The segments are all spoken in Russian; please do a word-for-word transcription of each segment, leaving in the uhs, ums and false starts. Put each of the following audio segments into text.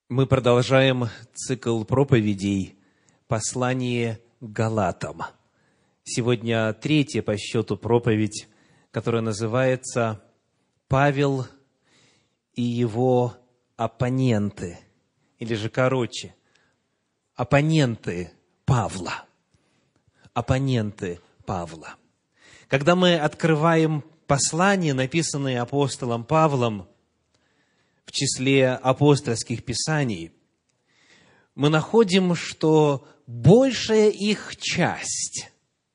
Мы продолжаем цикл проповедей «Послание к Галатам». Сегодня третья по счету проповедь, которая называется «Павел и его оппоненты», или же короче, оппоненты Павла. Оппоненты Павла. Когда мы открываем послания, написанные апостолом Павлом, в числе апостольских писаний, мы находим, что большая их часть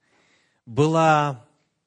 была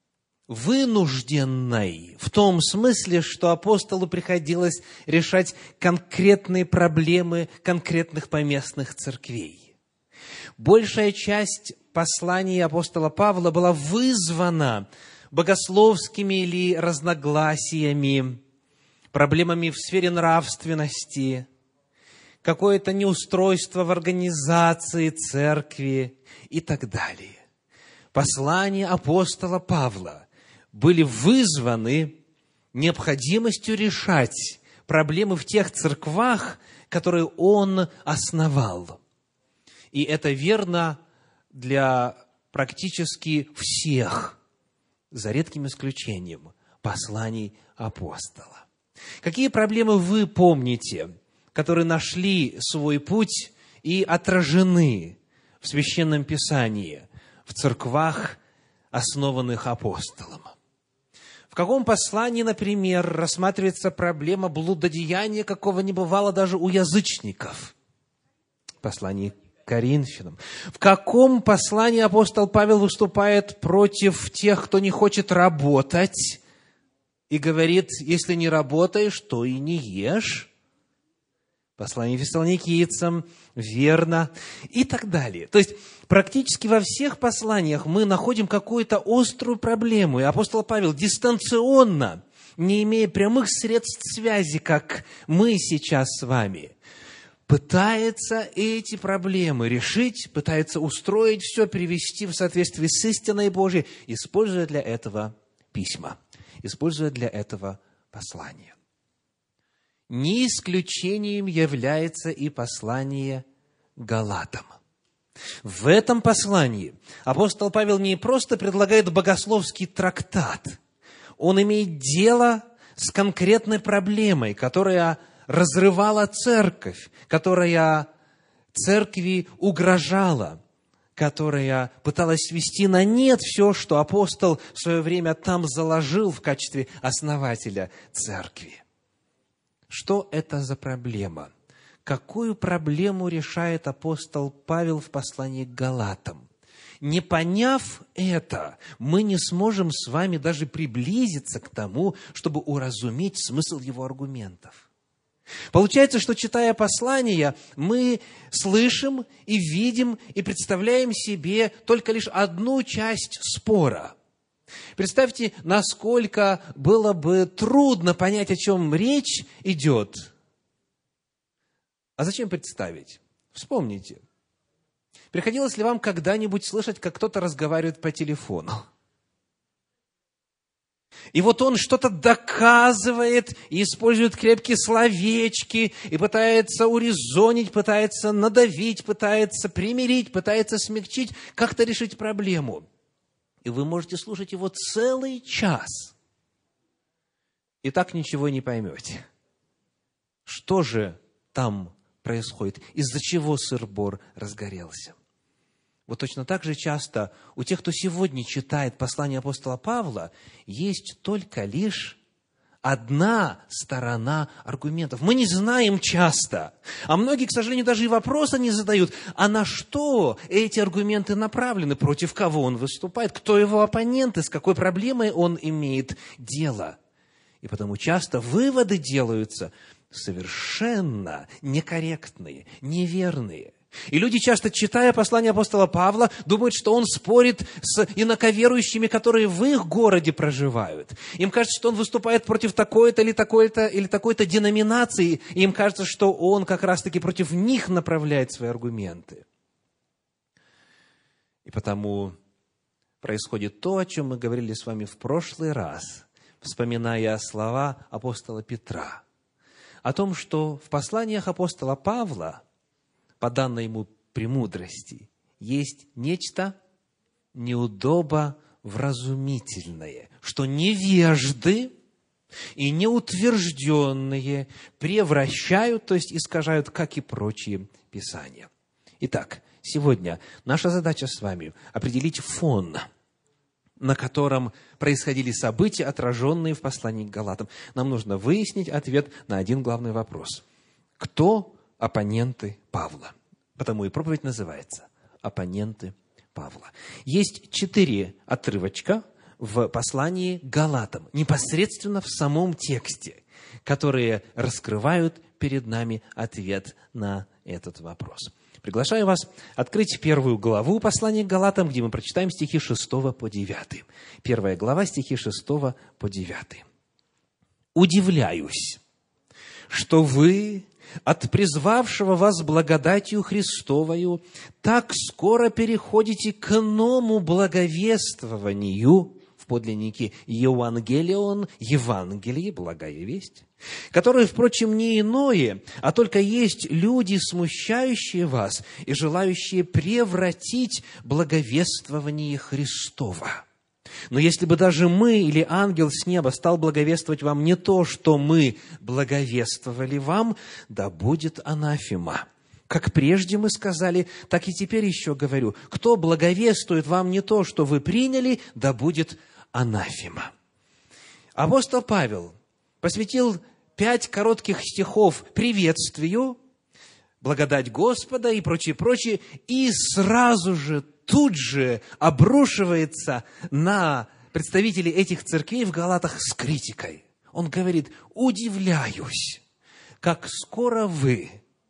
вынужденной, в том смысле, что апостолу приходилось решать конкретные проблемы конкретных поместных церквей. Большая часть посланий апостола Павла была вызвана богословскими или разногласиями, проблемами в сфере нравственности, какое-то неустройство в организации церкви и так далее. Послания апостола Павла были вызваны необходимостью решать проблемы в тех церквах, которые он основал. И это верно для практически всех, за редким исключением, посланий апостола. Какие проблемы вы помните, которые нашли свой путь и отражены в Священном Писании, в церквах, основанных апостолом? В каком послании, например, рассматривается проблема блудодеяния, какого не бывало даже у язычников? Послание к Коринфянам. В каком послании апостол Павел выступает против тех, кто не хочет работать, и говорит, если не работаешь, то и не ешь? Послание Фессалоникийцам, верно, и так далее. То есть, практически во всех посланиях мы находим какую-то острую проблему, и апостол Павел дистанционно, не имея прямых средств связи, как мы сейчас с вами, пытается эти проблемы решить, пытается устроить все, привести в соответствие с истиной Божией, используя для этого письма, используя для этого послание. Не исключением является и послание Галатам. В этом послании апостол Павел не просто предлагает богословский трактат, он имеет дело с конкретной проблемой, которая разрывала церковь, которая церкви угрожала, которая пыталась свести на нет все, что апостол в свое время там заложил в качестве основателя церкви. Что это за проблема? Какую проблему решает апостол Павел в послании к Галатам? Не поняв это, мы не сможем с вами даже приблизиться к тому, чтобы уразуметь смысл его аргументов. Получается, что, читая послания, мы слышим и видим и представляем себе только лишь одну часть спора. Представьте, насколько было бы трудно понять, о чем речь идет. А зачем представить? Вспомните. Приходилось ли вам когда-нибудь слышать, как кто-то разговаривает по телефону? И вот он что-то доказывает, и использует крепкие словечки, и пытается урезонить, пытается надавить, пытается примирить, пытается смягчить, как-то решить проблему. И вы можете слушать его целый час, и так ничего не поймете. Что же там происходит? Из-за чего сыр-бор разгорелся? Вот точно так же часто у тех, кто сегодня читает послание апостола Павла, есть только лишь одна сторона аргументов. Мы не знаем часто, а многие, к сожалению, даже и вопроса не задают, а на что эти аргументы направлены, против кого он выступает, кто его оппоненты, с какой проблемой он имеет дело. И потому часто выводы делаются совершенно некорректные, неверные. И люди, часто читая послание апостола Павла, думают, что он спорит с инаковерующими, которые в их городе проживают. Им кажется, что он выступает против такой-то или такой-то или такой-то деноминации, и им кажется, что он как раз-таки против них направляет свои аргументы. И потому происходит то, о чем мы говорили с вами в прошлый раз, вспоминая слова апостола Петра. о том, что в посланиях апостола Павла, по данной ему премудрости, есть нечто неудобовразумительное, что невежды и неутвержденные превращают, то есть искажают, как и прочие писания. Итак, сегодня наша задача с вами определить фон, на котором происходили события, отраженные в послании к Галатам. Нам нужно выяснить ответ на один главный вопрос. Кто оппоненты Павла? Потому и проповедь называется «Оппоненты Павла». Есть четыре отрывочка в послании к Галатам, непосредственно в самом тексте, которые раскрывают перед нами ответ на этот вопрос. Приглашаю вас открыть первую главу послания к Галатам, где мы прочитаем стихи шестого по девятый. Первая глава, стихи шестого по девятый. «Удивляюсь, что вы от призвавшего вас благодатью Христовою так скоро переходите к иному благовествованию», в подлиннике «Евангелион», «Евангелие», «благая весть», которое, впрочем, не иное, а только есть люди, смущающие вас и желающие превратить благовествование Христово. Но если бы даже мы или ангел с неба стал благовествовать вам не то, что мы благовествовали вам, да будет анафема. Как прежде мы сказали, так и теперь еще говорю, кто благовествует вам не то, что вы приняли, да будет анафема. Апостол Павел посвятил пять коротких стихов приветствию, благодать Господа и прочее, прочее, и сразу же, тут же обрушивается на представителей этих церквей в Галатах с критикой. Он говорит: удивляюсь, как скоро вы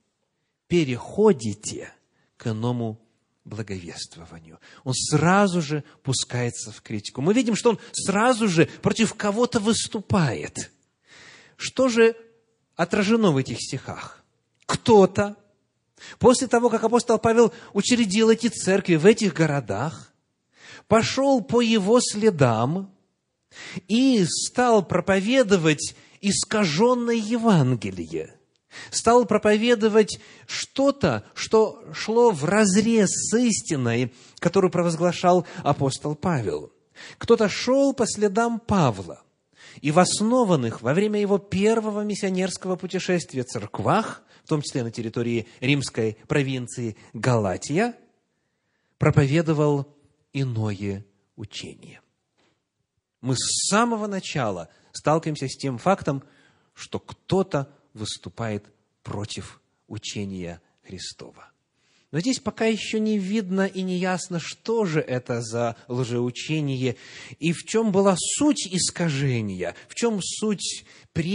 переходите к иному благовествованию. Он сразу же пускается в критику. Мы видим, что он сразу же против кого-то выступает. Что же отражено в этих стихах? Кто-то, после того, как апостол Павел учредил эти церкви в этих городах, пошел по его следам и стал проповедовать искаженное Евангелие, стал проповедовать что-то, что шло вразрез с истиной, которую провозглашал апостол Павел. Кто-то шел по следам Павла, и в основанных во время его первого миссионерского путешествия церквах, в том числе на территории римской провинции Галатия, проповедовал иное учение. Мы с самого начала сталкиваемся с тем фактом, что кто-то выступает против учения Христова. Но здесь пока еще не видно и не ясно, что же это за лжеучение и в чем была суть искажения, в чем суть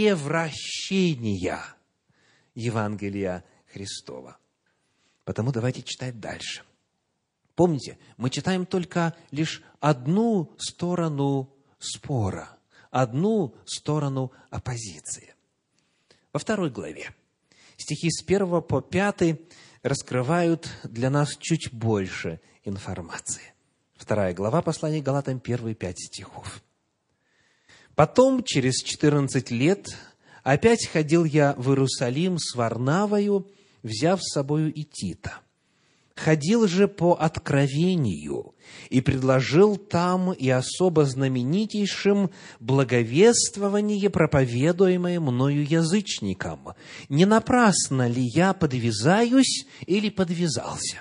превращения Евангелия Христова. Потому давайте читать дальше. Помните, мы читаем только лишь одну сторону спора, одну сторону оппозиции. Во второй главе стихи с первого по пятый раскрывают для нас чуть больше информации. Вторая глава послания к Галатам, первые пять стихов. «Потом, через четырнадцать лет, опять ходил я в Иерусалим с Варнавою, взяв с собою и Тита. Ходил же по откровению и предложил там и особо знаменитейшим благовествование, проповедуемое мною язычникам. Не напрасно ли я подвязаюсь или подвязался?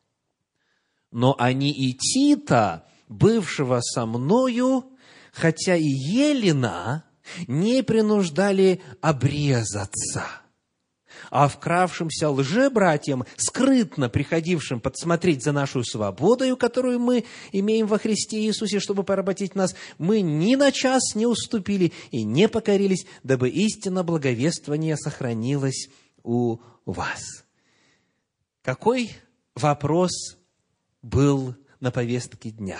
Но они и Тита, бывшего со мною, хотя и елена, не принуждали обрезаться. А вкравшимся лжебратьям, скрытно приходившим подсмотреть за нашу свободою, которую мы имеем во Христе Иисусе, чтобы поработить нас, мы ни на час не уступили и не покорились, дабы истина благовествования сохранилась у вас». Какой вопрос был на повестке дня?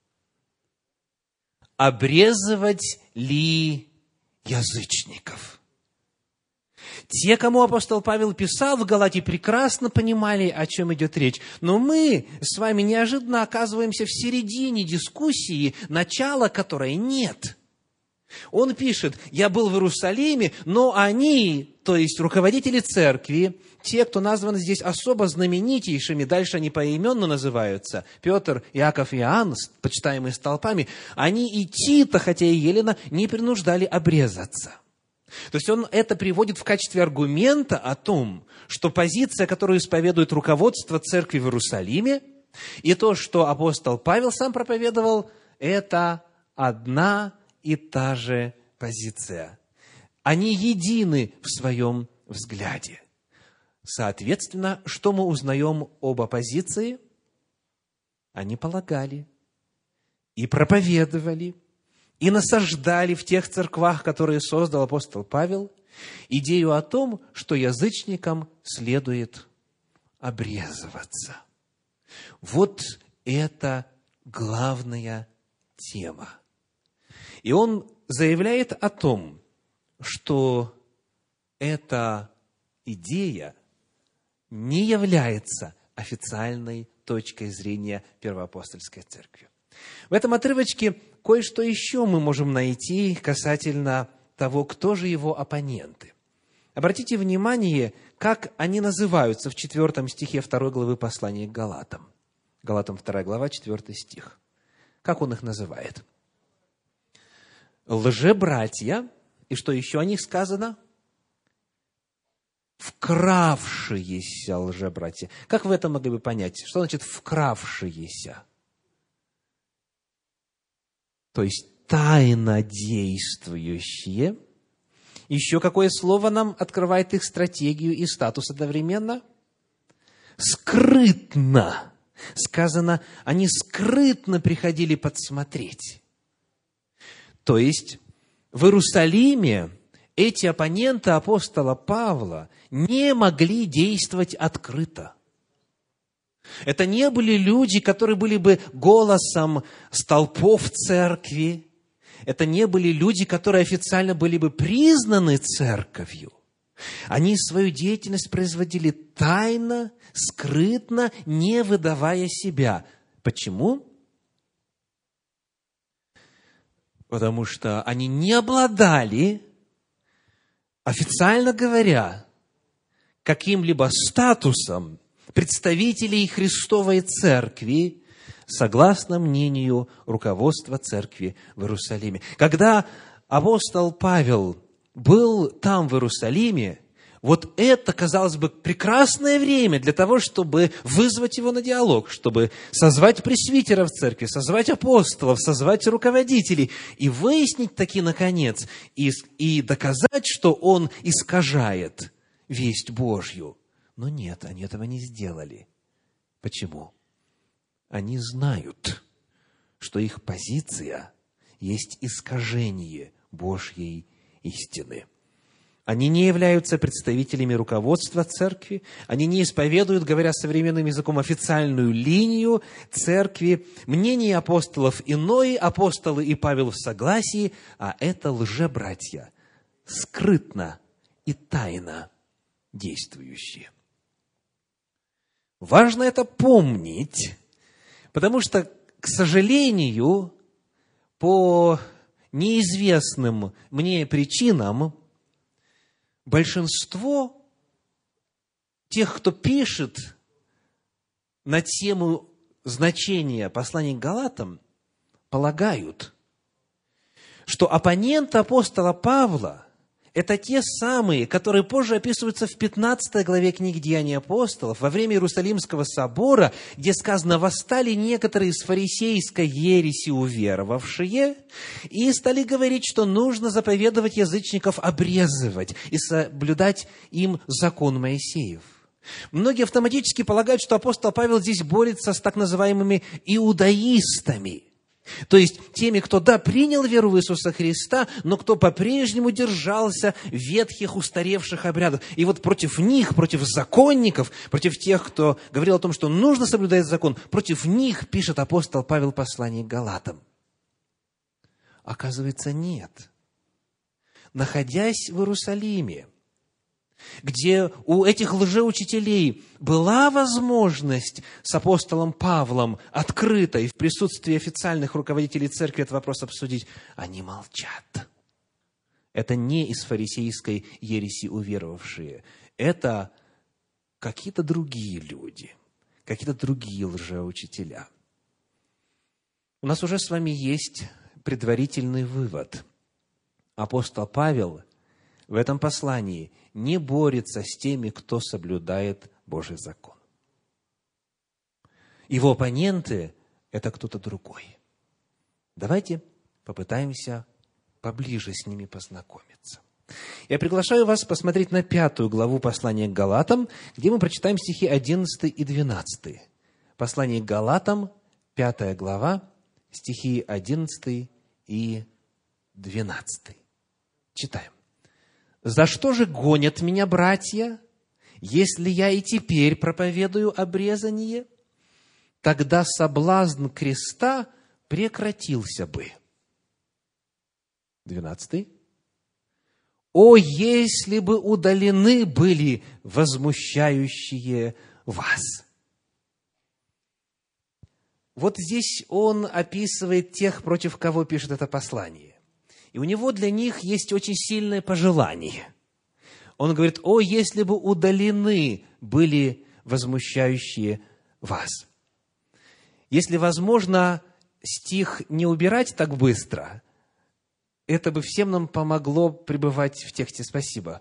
Обрезывать ли язычников? Те, кому апостол Павел писал в Галатии, прекрасно понимали, о чем идет речь. Но мы с вами неожиданно оказываемся в середине дискуссии, начала которой нет. Он пишет: «Я был в Иерусалиме, но они То есть руководители церкви, те, кто названы здесь особо знаменитейшими, дальше они поименно называются, Петр, Иаков и Иоанн, почитаемые столпами, они и Тита, хотя и Елена, не принуждали обрезаться. То есть он это приводит в качестве аргумента о том, что позиция, которую исповедует руководство церкви в Иерусалиме, и то, что апостол Павел сам проповедовал, это одна и та же позиция. Они едины в своем взгляде. Соответственно, что мы узнаем об оппозиции? Они полагали и проповедовали, и насаждали в тех церквах, которые создал апостол Павел, идею о том, что язычникам следует обрезываться. Вот это главная тема. И он заявляет о том, что эта идея не является официальной точкой зрения Первоапостольской Церкви. В этом отрывочке кое-что еще мы можем найти касательно того, кто же его оппоненты. Обратите внимание, как они называются в четвертом стихе второй главы послания к Галатам. Галатам вторая глава, четвертый стих. Как он их называет? Лжебратья. И что еще о них сказано? Вкравшиеся лжебратья. Как вы это могли бы понять? Что значит вкравшиеся? То есть тайно действующие. Еще какое слово нам открывает их стратегию и статус одновременно? Скрытно. Сказано, они скрытно приходили подсмотреть. То есть в Иерусалиме эти оппоненты апостола Павла не могли действовать открыто. Это не были люди, которые были бы голосом столпов церкви. Это не были люди, которые официально были бы признаны церковью. Они свою деятельность производили тайно, скрытно, не выдавая себя. Почему? Потому что они не обладали, официально говоря, каким-либо статусом представителей Христовой Церкви, согласно мнению руководства Церкви в Иерусалиме. Когда апостол Павел был там, в Иерусалиме, вот это, казалось бы, прекрасное время для того, чтобы вызвать его на диалог, чтобы созвать пресвитеров церкви, созвать апостолов, созвать руководителей и выяснить таки, наконец, и, и доказать, что он искажает весть Божью. Но нет, они этого не сделали. Почему? Они знают, что их позиция есть искажение Божьей истины. Они не являются представителями руководства церкви, они не исповедуют, говоря современным языком, официальную линию церкви. Мнение апостолов иное, апостолы и Павел в согласии, а это лжебратья, скрытно и тайно действующие. Важно это помнить, потому что, к сожалению, по неизвестным мне причинам, большинство тех, кто пишет на тему значения послания к Галатам, полагают, что оппоненты апостола Павла – это те самые, которые позже описываются в пятнадцатой главе книги «Деяний апостолов», во время Иерусалимского собора, где сказано, восстали некоторые из фарисейской ереси уверовавшие и стали говорить, что нужно заповедовать язычников обрезывать и соблюдать им закон Моисеев. Многие автоматически полагают, что апостол Павел здесь борется с так называемыми иудаистами. То есть теми, кто, да, принял веру в Иисуса Христа, но кто по-прежнему держался ветхих, устаревших обрядов. И вот против них, против законников, против тех, кто говорил о том, что нужно соблюдать закон, против них пишет апостол Павел послание к Галатам. Оказывается, нет. Находясь в Иерусалиме, где у этих лжеучителей была возможность с апостолом Павлом открыто и в присутствии официальных руководителей церкви этот вопрос обсудить, они молчат. Это не из фарисейской ереси уверовавшие. Это какие-то другие люди, какие-то другие лжеучителя. У нас уже с вами есть предварительный вывод. Апостол Павел в этом послании не борется с теми, кто соблюдает Божий закон. Его оппоненты – это кто-то другой. Давайте попытаемся поближе с ними познакомиться. Я приглашаю вас посмотреть на пятую главу послания к Галатам, где мы прочитаем стихи одиннадцатый и двенадцатый. Послание к Галатам, пятая глава, стихи одиннадцатый и двенадцатый. Читаем. «За что же гонят меня братья, если я и теперь проповедую обрезание? Тогда соблазн креста прекратился бы». Двенадцатый. «О, если бы удалены были возмущающие вас!» Вот здесь он описывает тех, против кого пишет это послание. И у него для них есть очень сильное пожелание. Он говорит: «О, если бы удалены были возмущающие вас!» Если возможно стих не убирать так быстро, это бы всем нам помогло пребывать в тексте. Спасибо.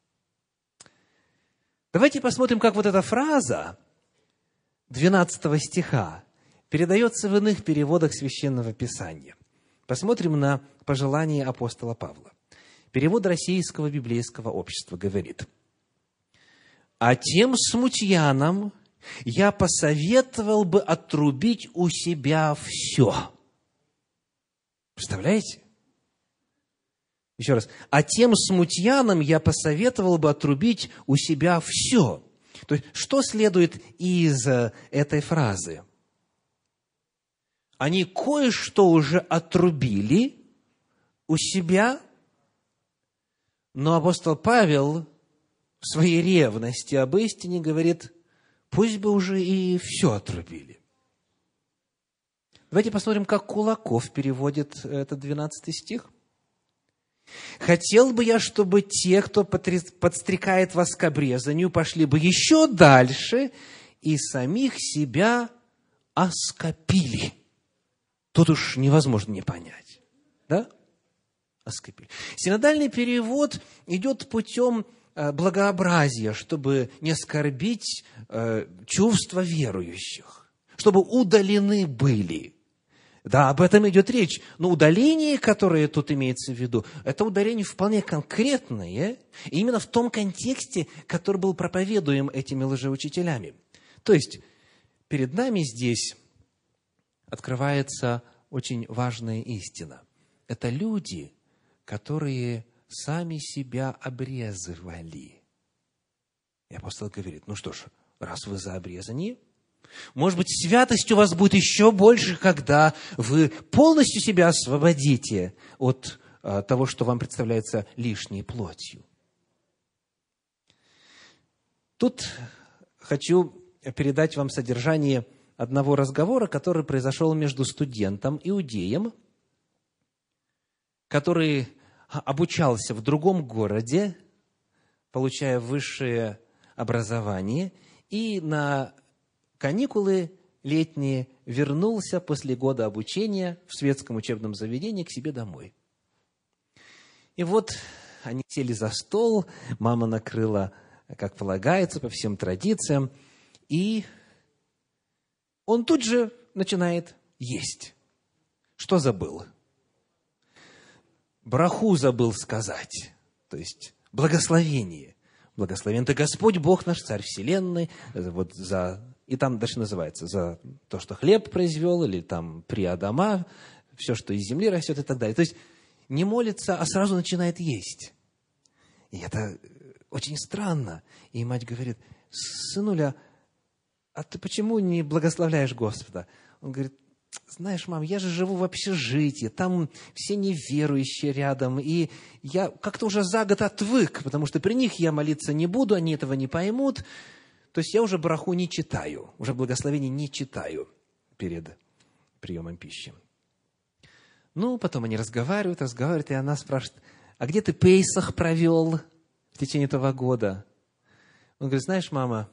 Давайте посмотрим, как вот эта фраза двенадцатого стиха передается в иных переводах Священного Писания. Посмотрим на пожелание апостола Павла. Перевод Российского библейского общества говорит: «А тем смутьянам я посоветовал бы отрубить у себя все». Представляете? Еще раз. «А тем смутьянам я посоветовал бы отрубить у себя все». То есть, что следует из этой фразы? Они кое-что уже отрубили у себя, но апостол Павел в своей ревности об истине говорит: пусть бы уже и все отрубили. Давайте посмотрим, как Кулаков переводит этот двенадцатый стих. «Хотел бы я, чтобы те, кто подстрекает вас к обрезанию, пошли бы еще дальше и самих себя оскопили». Тут уж невозможно не понять. Да? Оскопили. Синодальный перевод идет путем благообразия, чтобы не оскорбить чувства верующих, чтобы удалены были. Да, об этом идет речь. Но удаление, которое тут имеется в виду, это удаление вполне конкретное, и именно в том контексте, который был проповедуем этими лжеучителями. То есть, перед нами здесь открывается очень важная истина. Это люди, которые сами себя обрезывали. И апостол говорит: ну что ж, раз вы за обрезание, может быть, святость у вас будет еще больше, когда вы полностью себя освободите от а, того, что вам представляется лишней плотью. Тут хочу передать вам содержание одного разговора, который произошел между студентом, иудеем, который обучался в другом городе, получая высшее образование, и на каникулы летние вернулся после года обучения в светском учебном заведении к себе домой. И вот они сели за стол, мама накрыла, как полагается, по всем традициям, и он тут же начинает есть. Что забыл? Браху забыл сказать, то есть благословение. Благословен ты Господь, Бог наш, Царь вселенной, вот за, и там дальше называется, за то, что хлеб произвел, или там при Адама, все, что из земли растет и так далее. То есть не молится, а сразу начинает есть. И это очень странно. И мать говорит: сынуля, а ты почему не благословляешь Господа? Он говорит: знаешь, мам, я же живу в общежитии, там все неверующие рядом, и я как-то уже за год отвык, потому что при них я молиться не буду, они этого не поймут. То есть я уже браху не читаю, уже благословение не читаю перед приемом пищи. Ну, потом они разговаривают, разговаривают, и она спрашивает: а где ты Пейсах провел в течение этого года? Он говорит, знаешь, мама,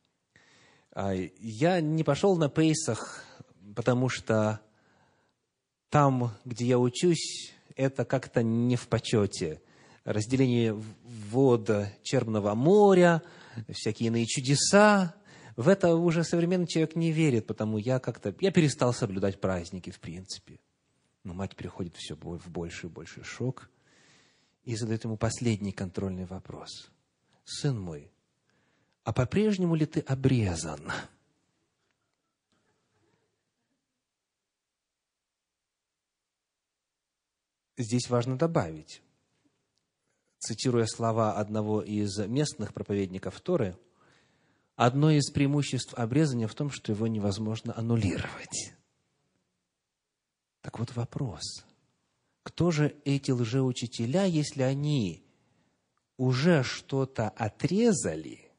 я не пошел на Пейсах, потому что там, где я учусь, это как-то не в почете. Разделение вод Черного моря, всякие иные чудеса. В это уже современный человек не верит, потому я как-то, я перестал соблюдать праздники, в принципе. Но мать приходит все в больший и больший шок и задает ему последний контрольный вопрос. Сын мой, а по-прежнему ли ты обрезан? Здесь важно добавить, цитируя слова одного из местных проповедников Торы, одно из преимуществ обрезания в том, что его невозможно аннулировать. Так вот вопрос, кто же эти лжеучителя, если они уже что-то отрезали,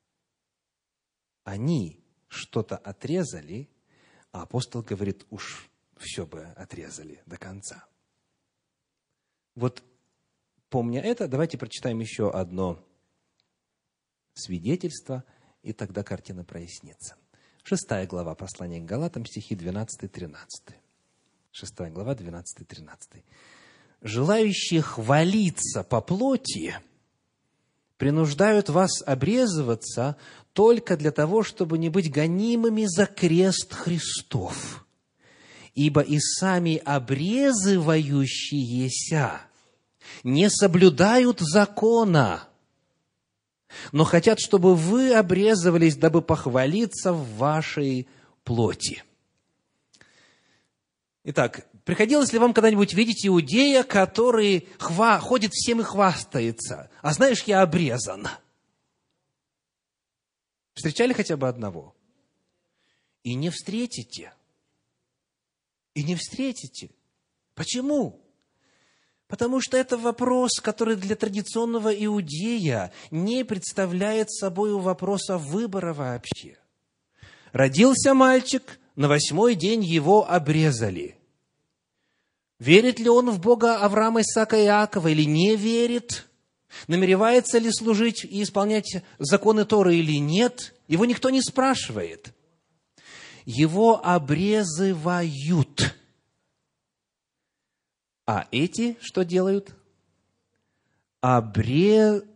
они что-то отрезали, а апостол говорит, уж все бы отрезали до конца. Вот, помня это, давайте прочитаем еще одно свидетельство, и тогда картина прояснится. Шестая глава послания к Галатам, стихи двенадцатый-тринадцатый. Шестая глава, двенадцатый-тринадцатый. «Желающие хвалиться по плоти принуждают вас обрезываться только для того, чтобы не быть гонимыми за крест Христов. Ибо и сами обрезывающиеся не соблюдают закона, но хотят, чтобы вы обрезывались, дабы похвалиться в вашей плоти». Итак, приходилось ли вам когда-нибудь видеть иудея, который хва... ходит всем и хвастается? А знаешь, я обрезан. Встречали хотя бы одного? И не встретите. И не встретите. Почему? Потому что это вопрос, который для традиционного иудея не представляет собой вопроса выбора вообще. Родился мальчик, на восьмой день его обрезали. Верит ли он в Бога Авраама, Исаака и Иакова или не верит? Намеревается ли служить и исполнять законы Торы или нет? Его никто не спрашивает. Его обрезывают. А эти что делают? Обрезываются.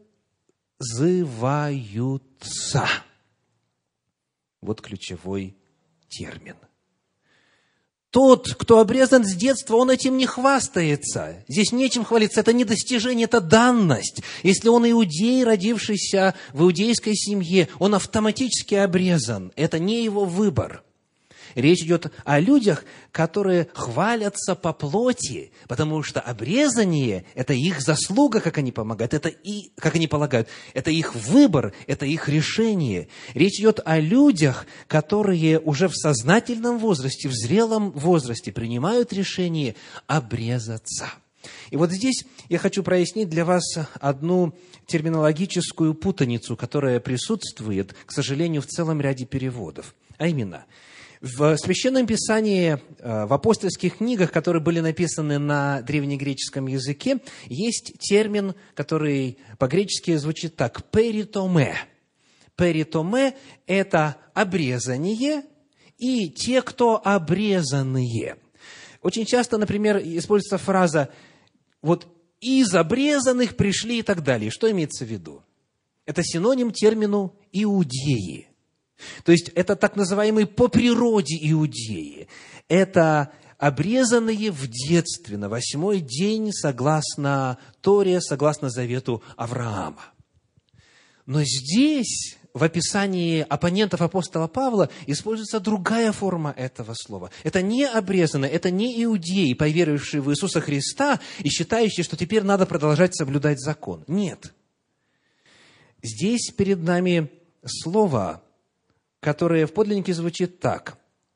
Вот ключевой термин. Тот, кто обрезан с детства, он этим не хвастается. Здесь нечем хвалиться, это не достижение, это данность. Если он иудей, родившийся в иудейской семье, он автоматически обрезан. Это не его выбор. Речь идет о людях, которые хвалятся по плоти, потому что обрезание – это их заслуга, как они помогают, это и, как они полагают, это их выбор, это их решение. Речь идет о людях, которые уже в сознательном возрасте, в зрелом возрасте принимают решение обрезаться. И вот здесь я хочу прояснить для вас одну терминологическую путаницу, которая присутствует, к сожалению, в целом ряде переводов. А именно – в Священном Писании, в апостольских книгах, которые были написаны на древнегреческом языке, есть термин, который по-гречески звучит так – «перитоме». «Перитоме» – это обрезание и те, кто обрезанные. Очень часто, например, используется фраза «вот из обрезанных пришли» и так далее. Что имеется в виду? Это синоним термину «иудеи». То есть, это так называемые по природе иудеи. Это обрезанные в детстве, на восьмой день, согласно Торе, согласно завету Авраама. Но здесь, в описании оппонентов апостола Павла, используется другая форма этого слова. Это не обрезанные, это не иудеи, поверившие в Иисуса Христа и считающие, что теперь надо продолжать соблюдать закон. Нет. Здесь перед нами слово, которое в подлиннике звучит так.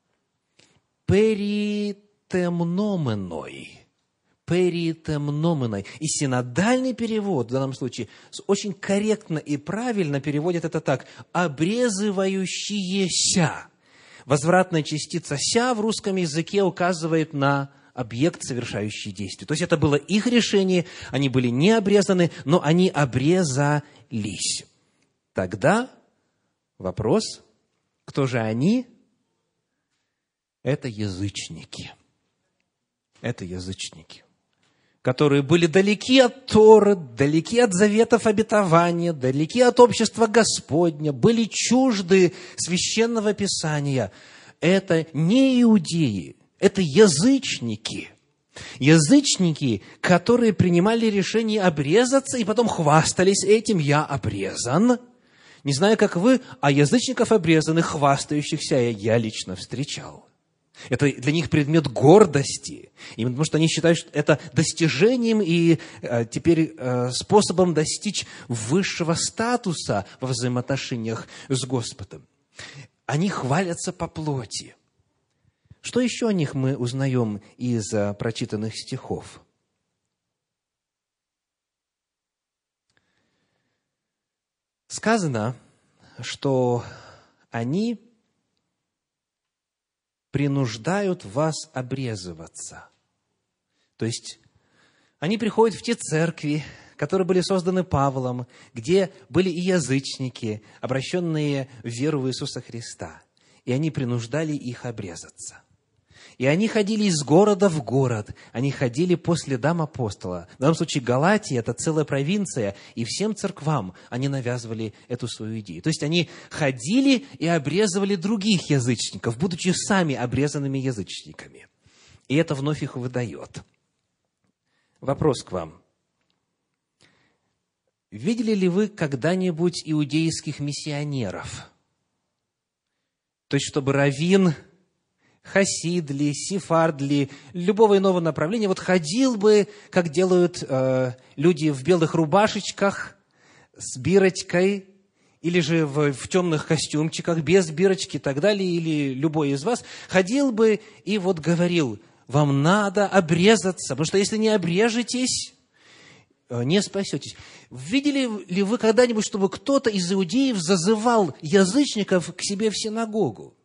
«Перитемноменой». «Перитемноменой». И синодальный перевод в данном случае очень корректно и правильно переводит это так. «Обрезывающиеся». Возвратная частица «ся» в русском языке указывает на объект, совершающий действие. То есть это было их решение, они были не обрезаны, но они обрезались. Тогда вопрос, кто же они? Это язычники. Это язычники, которые были далеки от Торы, далеки от заветов обетования, далеки от общества Господня, были чужды священного Писания. Это не иудеи, это язычники. Язычники, которые принимали решение обрезаться и потом хвастались этим: «Я обрезан». Не знаю, как вы, а язычников обрезанных, хвастающихся, я лично встречал. Это для них предмет гордости, именно потому что они считают, что это достижением и э, теперь э, способом достичь высшего статуса во взаимоотношениях с Господом. Они хвалятся по плоти. Что еще о них мы узнаем из э, прочитанных стихов? Сказано, что они принуждают вас обрезываться. То есть они приходят в те церкви, которые были созданы Павлом, где были и язычники, обращенные в веру в Иисуса Христа, и они принуждали их обрезаться. И они ходили из города в город, они ходили по следам апостола. В данном случае Галатия – это целая провинция, и всем церквам они навязывали эту свою идею. То есть они ходили и обрезывали других язычников, будучи сами обрезанными язычниками. И это вновь их выдает. Вопрос к вам. Видели ли вы когда-нибудь иудейских миссионеров? То есть, чтобы раввин, хасид ли, сефард ли, любого иного направления, вот ходил бы, как делают э, люди в белых рубашечках, с бирочкой, или же в, в темных костюмчиках, без бирочки и так далее, или любой из вас, ходил бы и вот говорил: вам надо обрезаться, потому что если не обрежетесь, не спасетесь. Видели ли вы когда-нибудь, чтобы кто-то из иудеев зазывал язычников к себе в синагогу?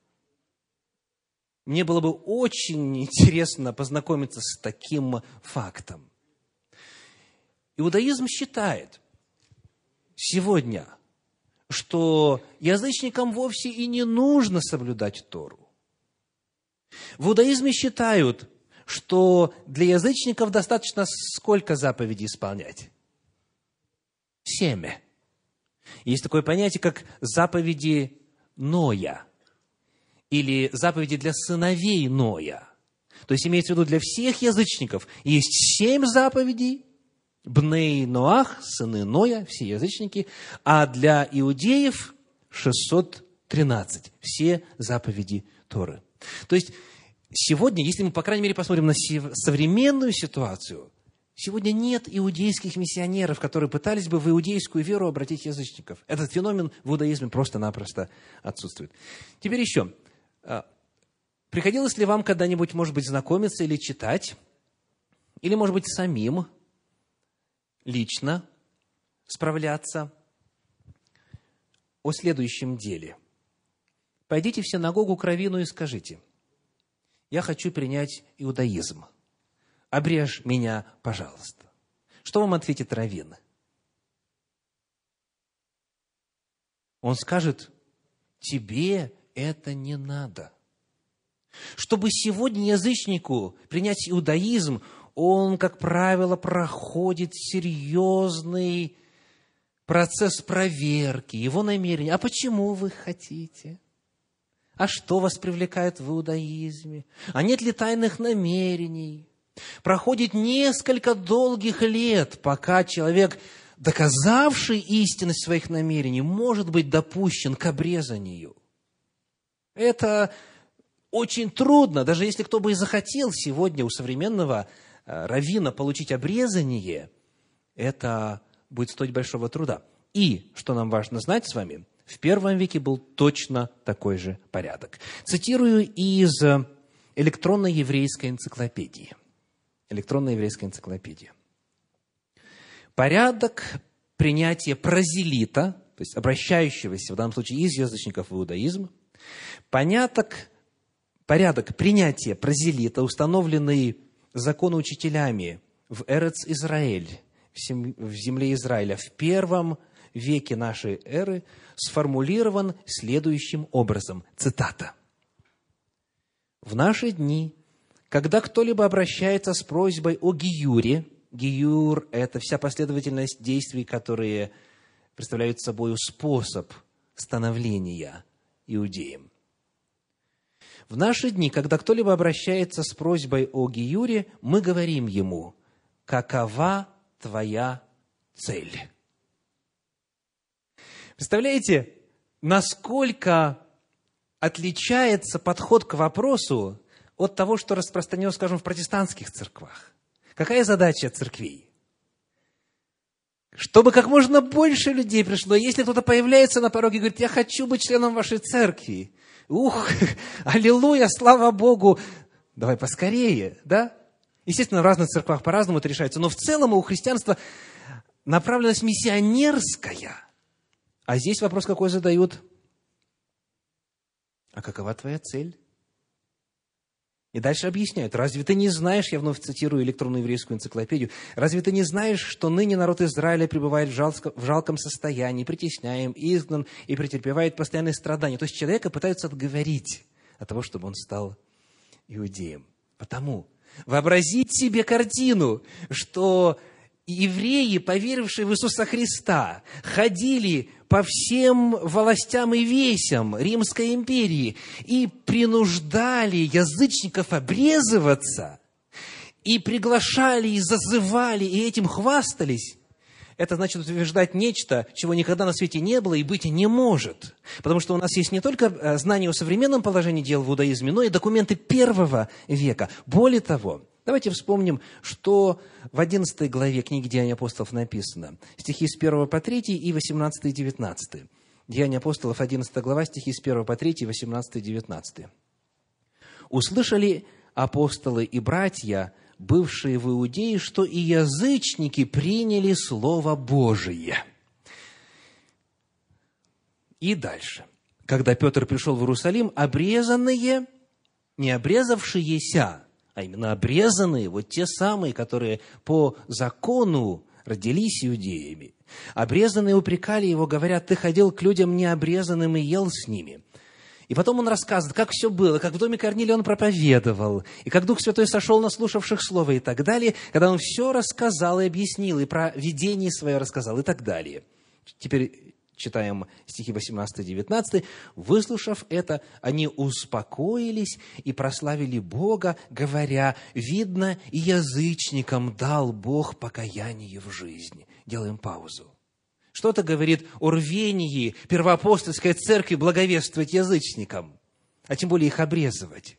Мне было бы очень интересно познакомиться с таким фактом. Иудаизм считает сегодня, что язычникам вовсе и не нужно соблюдать Тору. В иудаизме считают, что для язычников достаточно сколько заповедей исполнять? Семь. Есть такое понятие, как заповеди Ноя, или заповеди для сыновей Ноя. То есть имеется в виду, для всех язычников есть семь заповедей, Бней Ноах, сыны Ноя, все язычники, а для иудеев шестьсот тринадцать, все заповеди Торы. То есть сегодня, если мы, по крайней мере, посмотрим на современную ситуацию, сегодня нет иудейских миссионеров, которые пытались бы в иудейскую веру обратить язычников. Этот феномен в иудаизме просто-напросто отсутствует. Теперь еще. Приходилось ли вам когда-нибудь, может быть, знакомиться или читать, или, может быть, самим лично справляться о следующем деле? Пойдите в синагогу к раввину и скажите: я хочу принять иудаизм. Обрежь меня, пожалуйста. Что вам ответит раввин? Он скажет: тебе это не надо. Чтобы сегодня язычнику принять иудаизм, он, как правило, проходит серьезный процесс проверки, его намерения. А почему вы хотите? А что вас привлекает в иудаизме? А нет ли тайных намерений? Проходит несколько долгих лет, пока человек, доказавший истинность своих намерений, может быть допущен к обрезанию. Это очень трудно, даже если кто бы и захотел сегодня у современного раввина получить обрезание, это будет стоить большого труда. И, что нам важно знать с вами, в первом веке был точно такой же порядок. Цитирую из электронной еврейской энциклопедии. Электронная еврейская энциклопедия. Порядок принятия прозелита, то есть обращающегося, в данном случае, из язычников в иудаизм, порядок порядок принятия прозелита, установленный законоучителями в Эрец-Израэль, в земле Израиля, в первом веке нашей эры, сформулирован следующим образом. Цитата. «В наши дни, когда кто-либо обращается с просьбой о гиюре», гиюр – это вся последовательность действий, которые представляют собой способ становления иудеем. В наши дни, когда кто-либо обращается с просьбой о гиюре, мы говорим ему: какова твоя цель? Представляете, насколько отличается подход к вопросу от того, что распространено, скажем, в протестантских церквах? Какая задача церквей? Чтобы как можно больше людей пришло. Если кто-то появляется на пороге и говорит: я хочу быть членом вашей церкви. Ух, аллилуйя, слава Богу. Давай поскорее, да? Естественно, в разных церквах по-разному это решается. Но в целом у христианства направленность миссионерская. А здесь вопрос какой задают? А какова твоя цель? И дальше объясняют. Разве ты не знаешь, я вновь цитирую электронную еврейскую энциклопедию, разве ты не знаешь, что ныне народ Израиля пребывает в, жалко, в жалком состоянии, притесняем, изгнан и претерпевает постоянные страдания? То есть человека пытаются отговорить от того, чтобы он стал иудеем. Потому вообразить себе картину, что евреи, поверившие в Иисуса Христа, ходили по всем властям и весям Римской империи и принуждали язычников обрезываться, и приглашали, и зазывали, и этим хвастались, это значит утверждать нечто, чего никогда на свете не было и быть не может. Потому что у нас есть не только знания о современном положении дел в иудаизме, но и документы первого века. Более того, давайте вспомним, что в одиннадцатой главе книги «Деяния апостолов» написано. Стихи с первого по третий и восемнадцатый и девятнадцатый. Деяния апостолов, одиннадцатая глава, стихи с первого по третий, восемнадцатый и девятнадцатый. «Услышали апостолы и братья, бывшие в Иудее, что и язычники приняли Слово Божие». И дальше. «Когда Петр пришел в Иерусалим, обрезанные, не обрезавшиеся, а именно обрезанные, вот те самые, которые по закону родились иудеями, обрезанные упрекали его, говорят: ты ходил к людям необрезанным и ел с ними». И потом он рассказывает, как все было, как в доме Корнилия он проповедовал, и как Дух Святой сошел на слушавших Слово и так далее, когда он все рассказал и объяснил, и про видение свое рассказал и так далее. Теперь читаем стихи восемнадцатый и девятнадцатый. «Выслушав это, они успокоились и прославили Бога, говоря: видно, и язычникам дал Бог покаяние в жизни». Делаем паузу. Что это говорит о рвении первоапостольской церкви благовествовать язычникам, а тем более их обрезывать?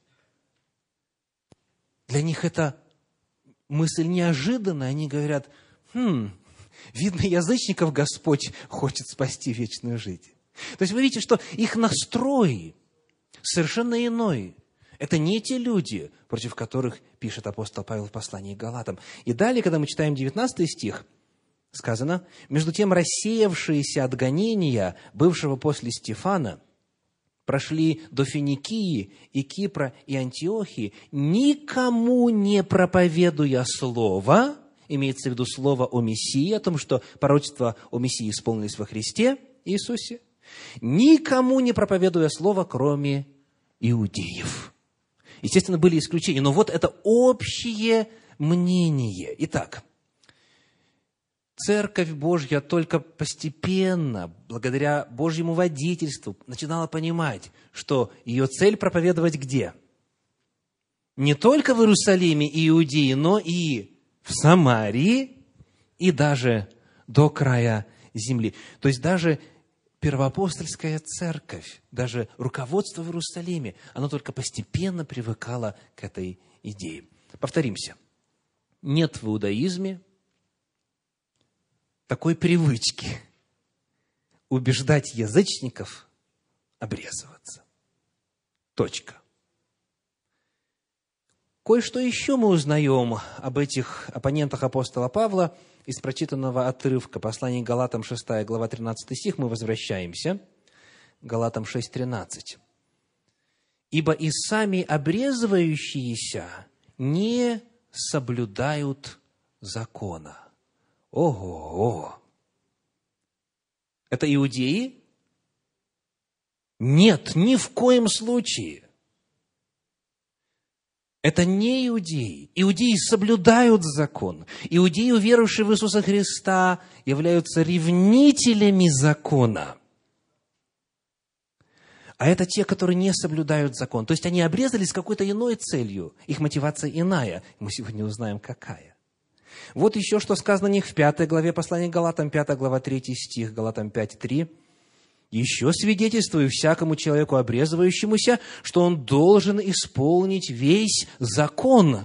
Для них это мысль неожиданная. Они говорят: хм, видно, язычников Господь хочет спасти вечную жизнь. То есть вы видите, что их настрой совершенно иной. Это не те люди, против которых пишет апостол Павел в послании к Галатам. И далее, когда мы читаем девятнадцатый стих, сказано: «Между тем рассеявшиеся от гонения, бывшего после Стефана, прошли до Финикии и Кипра и Антиохии, никому не проповедуя слово», имеется в виду слово о Мессии, о том, что пророчество о Мессии исполнилось во Христе Иисусе, «никому не проповедуя слово, кроме иудеев». Естественно, были исключения, но вот это общее мнение. Итак, Церковь Божья только постепенно, благодаря Божьему водительству, начинала понимать, что ее цель проповедовать где? Не только в Иерусалиме и Иудее, но и в Самарии, и даже до края земли. То есть даже первоапостольская церковь, даже руководство в Иерусалиме, оно только постепенно привыкало к этой идее. Повторимся. Нет в иудаизме такой привычки убеждать язычников обрезываться. Точка. Кое-что еще мы узнаем об этих оппонентах апостола Павла из прочитанного отрывка послания к Галатам, шестая глава, тринадцатый стих. Мы возвращаемся. Галатам шесть, тринадцать. ибо и сами обрезывающиеся не соблюдают закона». Ого-го! Это иудеи? Нет, ни в коем случае. Это не иудеи. Иудеи соблюдают закон. Иудеи, уверовавшие в Иисуса Христа, являются ревнителями закона. А это те, которые не соблюдают закон. То есть они обрезались с какой-то иной целью. Их мотивация иная. Мы сегодня узнаем, какая. Вот еще что сказано о них в пятой главе послания к Галатам, пятая глава, третий стих, Галатам пять, три. «Еще свидетельствую всякому человеку, обрезывающемуся, что он должен исполнить весь закон».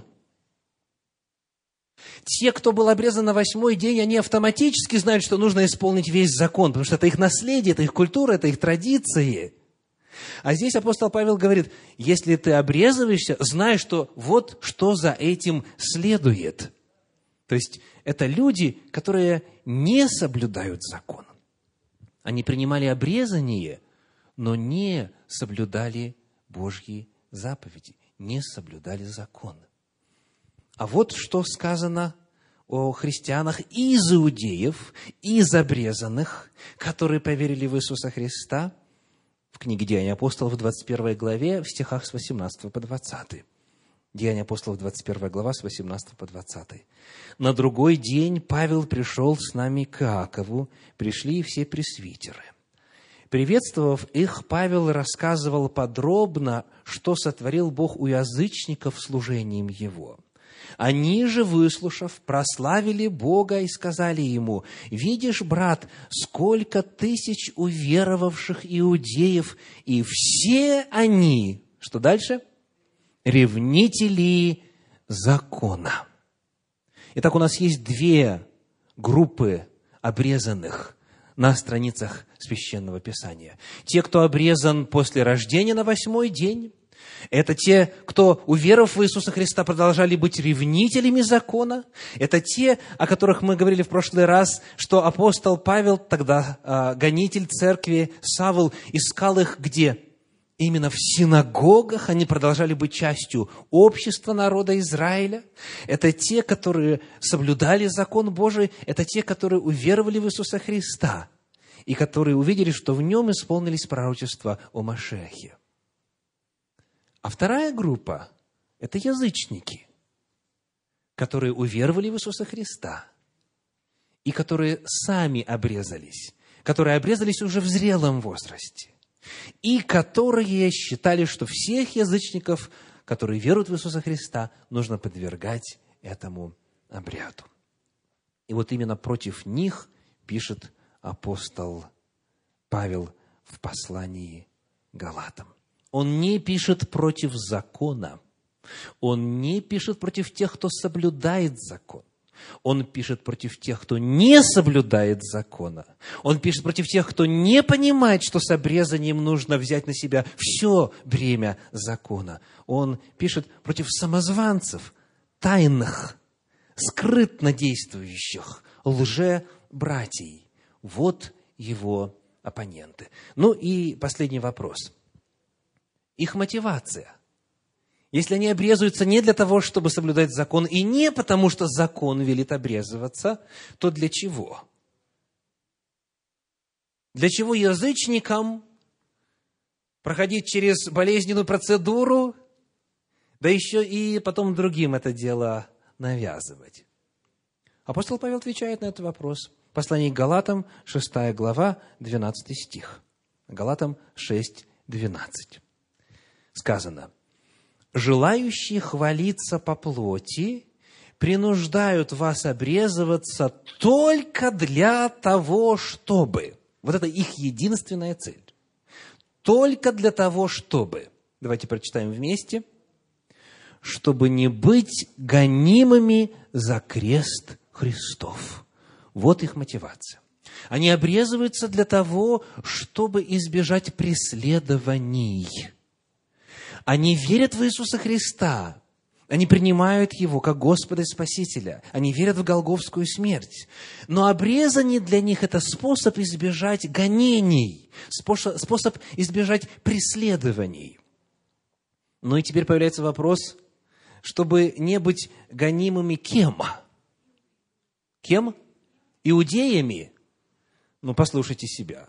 Те, кто был обрезан на восьмой день, они автоматически знают, что нужно исполнить весь закон, потому что это их наследие, это их культура, это их традиции. А здесь апостол Павел говорит: если ты обрезываешься, знай, что вот что за этим следует. То есть это люди, которые не соблюдают закон. Они принимали обрезание, но не соблюдали Божьи заповеди, не соблюдали закон. А вот что сказано о христианах из иудеев, из обрезанных, которые поверили в Иисуса Христа, в книге «Деяния апостолов» в двадцать первой главе, в стихах с восемнадцатого по двадцатый. Деяния апостолов, двадцать первая глава, с восемнадцатого по двадцатый. «На другой день Павел пришел с нами к Иакову, пришли и все пресвитеры. Приветствовав их, Павел рассказывал подробно, что сотворил Бог у язычников служением его. Они же, выслушав, прославили Бога и сказали ему: «Видишь, брат, сколько тысяч уверовавших иудеев, и все они…» Что дальше? «Ревнители закона». Итак, у нас есть две группы обрезанных на страницах Священного Писания. Те, кто обрезан после рождения на восьмой день, это те, кто, уверовав в Иисуса Христа, продолжали быть ревнителями закона. Это те, о которых мы говорили в прошлый раз, что апостол Павел, тогда э, гонитель церкви Савл, искал их где? Именно в синагогах. Они продолжали быть частью общества народа Израиля. Это те, которые соблюдали закон Божий. Это те, которые уверовали в Иисуса Христа и которые увидели, что в нем исполнились пророчества о Машиахе. А вторая группа – это язычники, которые уверовали в Иисуса Христа и которые сами обрезались, которые обрезались уже в зрелом возрасте, и которые считали, что всех язычников, которые веруют в Иисуса Христа, нужно подвергать этому обряду. И вот именно против них пишет апостол Павел в послании к Галатам. Он не пишет против закона, он не пишет против тех, кто соблюдает закон. Он пишет против тех, кто не соблюдает закона. Он пишет против тех, кто не понимает, что с обрезанием нужно взять на себя все бремя закона. Он пишет против самозванцев, тайных, скрытно действующих, лже-братьей. Вот его оппоненты. Ну и последний вопрос. Их мотивация. Если они обрезываются не для того, чтобы соблюдать закон, и не потому, что закон велит обрезываться, то для чего? Для чего язычникам проходить через болезненную процедуру, да еще и потом другим это дело навязывать? Апостол Павел отвечает на этот вопрос. Послание к Галатам, шестая глава, двенадцатый стих. Галатам шесть, двенадцать. Сказано: «Желающие хвалиться по плоти принуждают вас обрезываться только для того, чтобы…» Вот это их единственная цель. Только для того, чтобы… Давайте прочитаем вместе. «Чтобы не быть гонимыми за крест Христов». Вот их мотивация. Они обрезываются для того, чтобы избежать преследований. Они верят в Иисуса Христа. Они принимают Его как Господа и Спасителя. Они верят в голгофскую смерть. Но обрезание для них – это способ избежать гонений, способ избежать преследований. Ну и теперь появляется вопрос, чтобы не быть гонимыми кем? Кем? Иудеями? Ну, послушайте себя.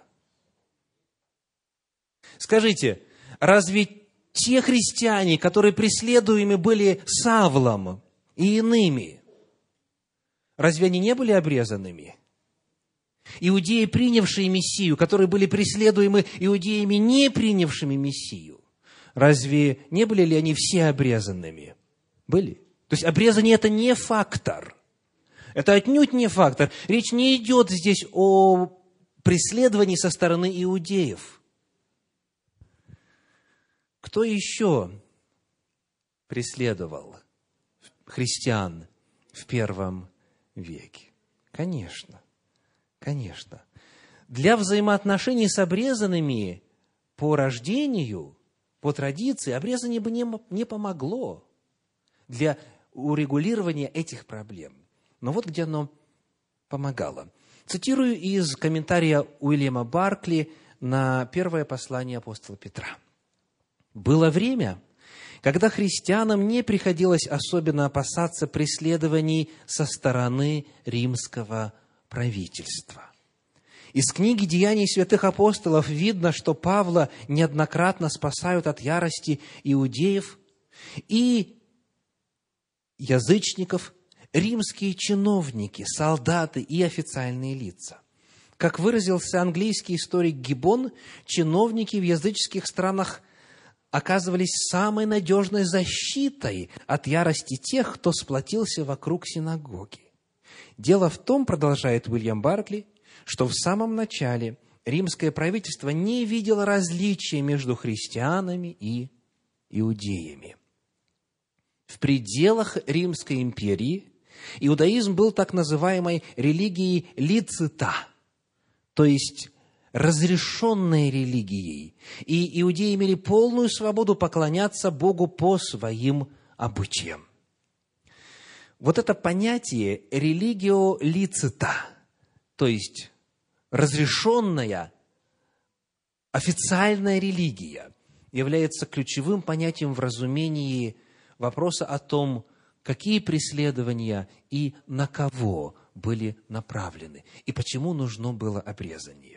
Скажите, разве те христиане, которые преследуемы были Савлом и иными, разве они не были обрезанными? Иудеи, принявшие Мессию, которые были преследуемы иудеями, не принявшими Мессию, разве не были ли они все обрезанными? Были. То есть обрезание – это не фактор. Это отнюдь не фактор. Речь не идет здесь о преследовании со стороны иудеев. Кто еще преследовал христиан в первом веке? Конечно, конечно. Для взаимоотношений с обрезанными по рождению, по традиции, обрезание бы не, не помогло для урегулирования этих проблем. Но вот где оно помогало. Цитирую из комментария Уильяма Баркли на первое послание апостола Петра. «Было время, когда христианам не приходилось особенно опасаться преследований со стороны римского правительства. Из книги «Деяний святых апостолов» видно, что Павла неоднократно спасают от ярости иудеев и язычников, римские чиновники, солдаты и официальные лица. Как выразился английский историк Гиббон, чиновники в языческих странах оказывались самой надежной защитой от ярости тех, кто сплотился вокруг синагоги. Дело в том, продолжает Уильям Баркли, что в самом начале римское правительство не видело различия между христианами и иудеями. В пределах Римской империи иудаизм был так называемой религией лицита, то есть разрешенной религией, и иудеи имели полную свободу поклоняться Богу по своим обычаям. Вот это понятие «религио лицита», то есть разрешенная официальная религия, является ключевым понятием в разумении вопроса о том, какие преследования и на кого были направлены, и почему нужно было обрезание.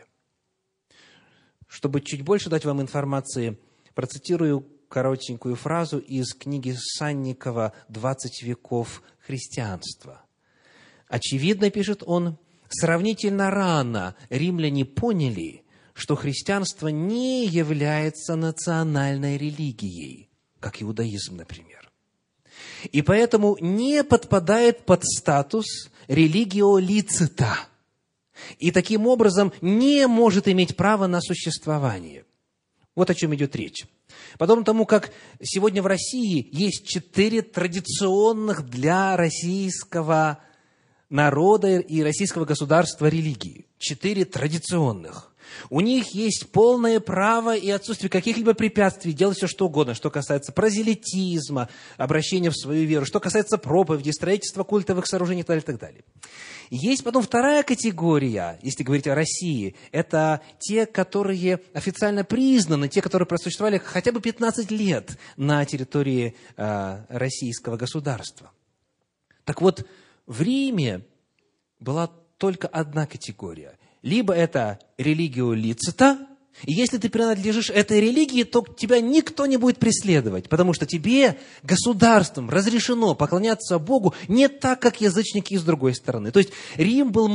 Чтобы чуть больше дать вам информации, процитирую коротенькую фразу из книги Санникова «Двадцать веков христианства». Очевидно, пишет он, сравнительно рано римляне поняли, что христианство не является национальной религией, как иудаизм, например, и поэтому не подпадает под статус религио лицита, и таким образом не может иметь права на существование. Вот о чем идет речь. Подобно тому, как сегодня в России есть четыре традиционных для российского народа и российского государства религии. Четыре традиционных. У них есть полное право и отсутствие каких-либо препятствий делать все, что угодно, что касается прозелитизма, обращения в свою веру, что касается проповеди, строительства культовых сооружений и так далее, и так далее. Есть потом вторая категория, если говорить о России, это те, которые официально признаны, те, которые просуществовали хотя бы пятнадцать лет на территории э, российского государства. Так вот, в Риме была только одна категория. Либо это религио лицита, и если ты принадлежишь этой религии, то тебя никто не будет преследовать, потому что тебе, государством, разрешено поклоняться Богу не так, как язычники с другой стороны. То есть Рим был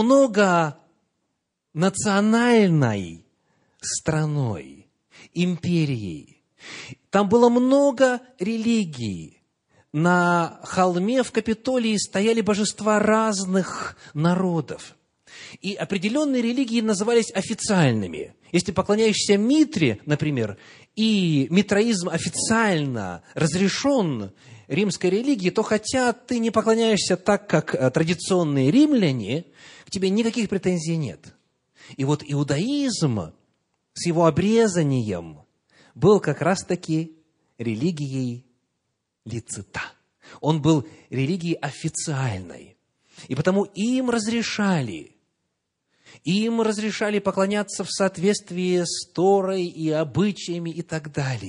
многонациональной страной, империей. Там было много религий. На холме в Капитолии стояли божества разных народов. И определенные религии назывались официальными. Если поклоняешься Митре, например, и митраизм официально разрешен римской религией, то хотя ты не поклоняешься так, как традиционные римляне, к тебе никаких претензий нет. И вот иудаизм с его обрезанием был как раз-таки религией лицита. Он был религией официальной. И потому им разрешали Им разрешали поклоняться в соответствии с Торой и обычаями и так далее.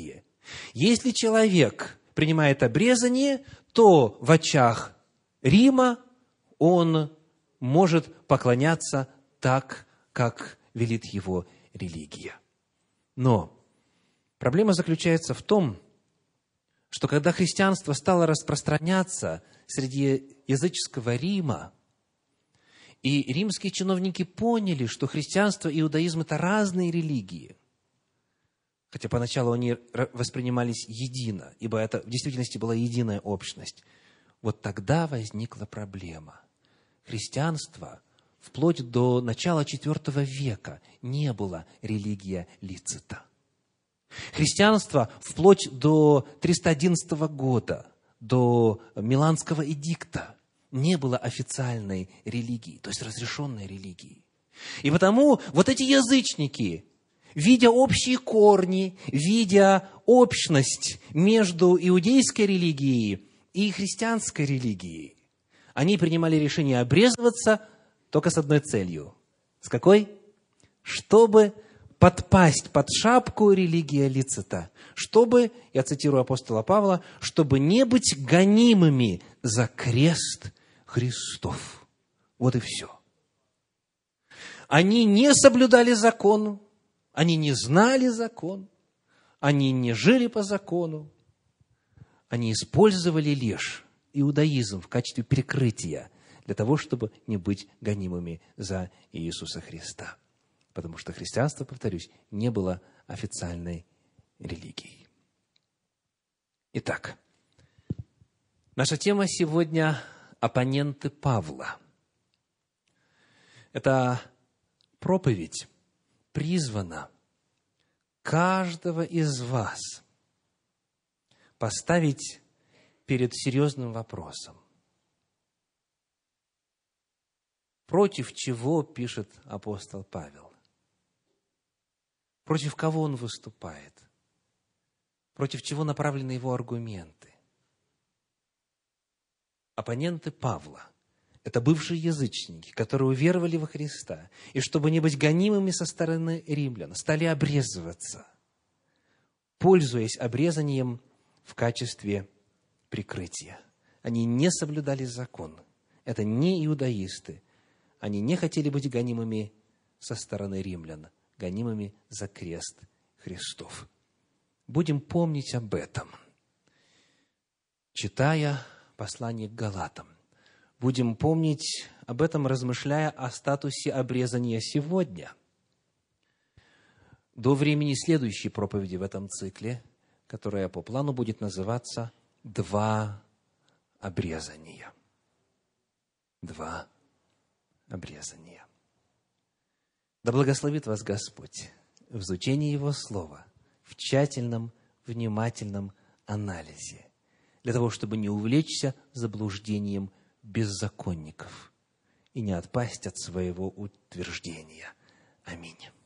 Если человек принимает обрезание, то в очах Рима он может поклоняться так, как велит его религия. Но проблема заключается в том, что когда христианство стало распространяться среди языческого Рима, и римские чиновники поняли, что христианство и иудаизм – это разные религии, хотя поначалу они воспринимались едино, ибо это в действительности была единая общность, вот тогда возникла проблема. Христианство вплоть до начала четвертого века не было религия Лицита. Христианство вплоть до триста одиннадцатого года, до Миланского эдикта, не было официальной религией, то есть разрешенной религией. И потому вот эти язычники, видя общие корни, видя общность между иудейской религией и христианской религией, они принимали решение обрезываться только с одной целью. С какой? Чтобы подпасть под шапку религии Лицита, чтобы, я цитирую апостола Павла, чтобы не быть гонимыми за крест Христов. Вот и все. Они не соблюдали закон, они не знали закон, они не жили по закону, они использовали лишь иудаизм в качестве прикрытия для того, чтобы не быть гонимыми за Иисуса Христа. Потому что христианство, повторюсь, не было официальной религией. Итак, наша тема сегодня – оппоненты Павла. Эта проповедь призвана каждого из вас поставить перед серьезным вопросом. Против чего пишет апостол Павел? Против кого он выступает? Против чего направлены его аргументы? Оппоненты Павла – это бывшие язычники, которые уверовали во Христа, и чтобы не быть гонимыми со стороны римлян, стали обрезываться, пользуясь обрезанием в качестве прикрытия. Они не соблюдали закон. Это не иудаисты. Они не хотели быть гонимыми со стороны римлян, гонимыми за крест Христов. Будем помнить об этом, читая послание к Галатам. Будем помнить об этом, размышляя о статусе обрезания сегодня, до времени следующей проповеди в этом цикле, которая по плану будет называться «Два обрезания». Два обрезания. Да благословит вас Господь в изучении Его Слова, в тщательном, внимательном анализе, для того, чтобы не увлечься заблуждением беззаконников и не отпасть от своего утверждения. Аминь.